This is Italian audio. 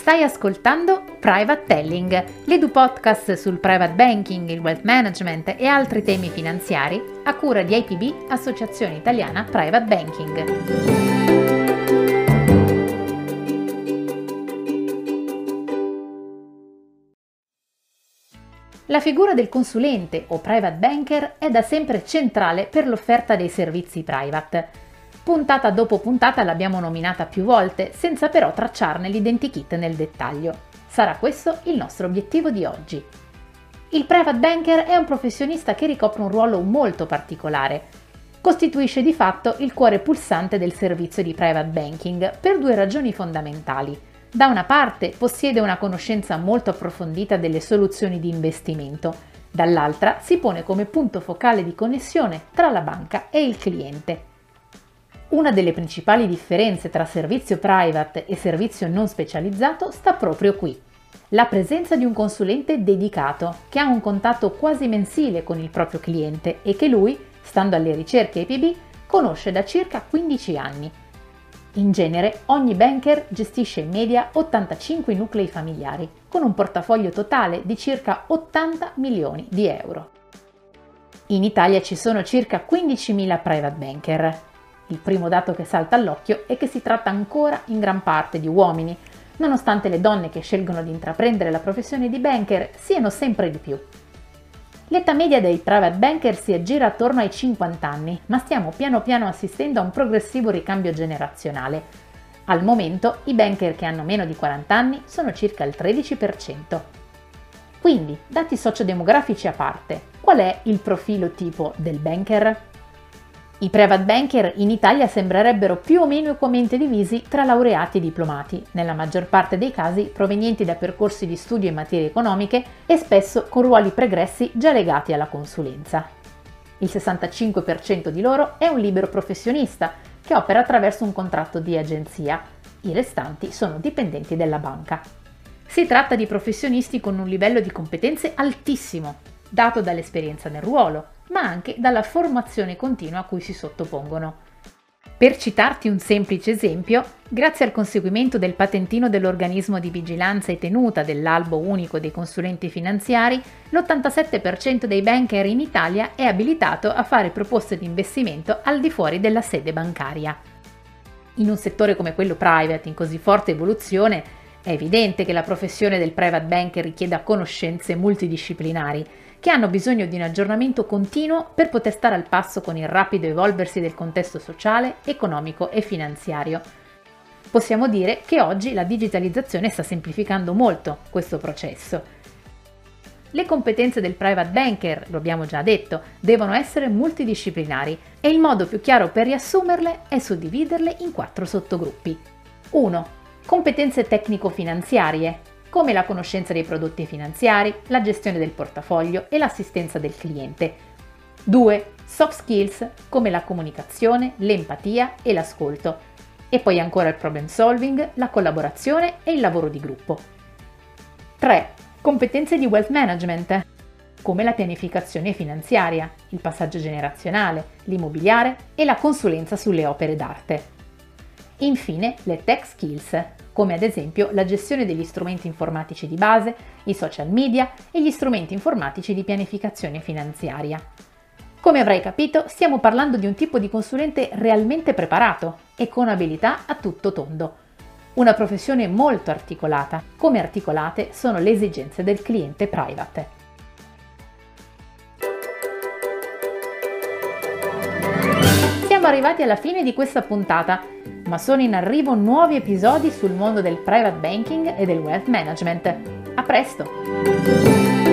Stai ascoltando Private Telling, l'edu podcast sul private banking, il wealth management e altri temi finanziari a cura di IPB, Associazione Italiana Private Banking. La figura del consulente o private banker è da sempre centrale per l'offerta dei servizi private. Puntata dopo puntata l'abbiamo nominata più volte, senza però tracciarne l'identikit nel dettaglio. Sarà questo il nostro obiettivo di oggi. Il private banker è un professionista che ricopre un ruolo molto particolare. Costituisce di fatto il cuore pulsante del servizio di private banking per due ragioni fondamentali. Da una parte possiede una conoscenza molto approfondita delle soluzioni di investimento, dall'altra si pone come punto focale di connessione tra la banca e il cliente. Una delle principali differenze tra servizio private e servizio non specializzato sta proprio qui: la presenza di un consulente dedicato che ha un contatto quasi mensile con il proprio cliente e che lui, stando alle ricerche IPB, conosce da circa 15 anni. In genere ogni banker gestisce in media 85 nuclei familiari, con un portafoglio totale di circa 80 milioni di euro. In Italia ci sono circa 15.000 private banker. Il primo dato che salta all'occhio è che si tratta ancora in gran parte di uomini, nonostante le donne che scelgono di intraprendere la professione di banker siano sempre di più. L'età media dei private banker si aggira attorno ai 50 anni, ma stiamo piano piano assistendo a un progressivo ricambio generazionale. Al momento i banker che hanno meno di 40 anni sono circa il 13%. Quindi, dati sociodemografici a parte, qual è il profilo tipo del banker? I private banker in Italia sembrerebbero più o meno equamente divisi tra laureati e diplomati, nella maggior parte dei casi provenienti da percorsi di studio in materie economiche e spesso con ruoli pregressi già legati alla consulenza. Il 65% di loro è un libero professionista che opera attraverso un contratto di agenzia, i restanti sono dipendenti della banca. Si tratta di professionisti con un livello di competenze altissimo, dato dall'esperienza nel ruolo, ma anche dalla formazione continua a cui si sottopongono. Per citarti un semplice esempio, grazie al conseguimento del patentino dell'organismo di vigilanza e tenuta dell'Albo unico dei consulenti finanziari, l'87% dei banker in Italia è abilitato a fare proposte di investimento al di fuori della sede bancaria. In un settore come quello private in così forte evoluzione, è evidente che la professione del private banker richieda conoscenze multidisciplinari, che hanno bisogno di un aggiornamento continuo per poter stare al passo con il rapido evolversi del contesto sociale, economico e finanziario. Possiamo dire che oggi la digitalizzazione sta semplificando molto questo processo. Le competenze del private banker, lo abbiamo già detto, devono essere multidisciplinari e il modo più chiaro per riassumerle è suddividerle in 4 sottogruppi. 1. Competenze tecnico-finanziarie, come la conoscenza dei prodotti finanziari, la gestione del portafoglio e l'assistenza del cliente. 2. Soft skills, come la comunicazione, l'empatia e l'ascolto. E poi ancora il problem solving, la collaborazione e il lavoro di gruppo. 3. Competenze di wealth management, come la pianificazione finanziaria, il passaggio generazionale, l'immobiliare e la consulenza sulle opere d'arte. Infine, le tech skills, come ad esempio la gestione degli strumenti informatici di base, i social media e gli strumenti informatici di pianificazione finanziaria. Come avrai capito, stiamo parlando di un tipo di consulente realmente preparato e con abilità a tutto tondo. Una professione molto articolata, come articolate sono le esigenze del cliente private. Siamo arrivati alla fine di questa puntata, ma sono in arrivo nuovi episodi sul mondo del private banking e del wealth management. A presto!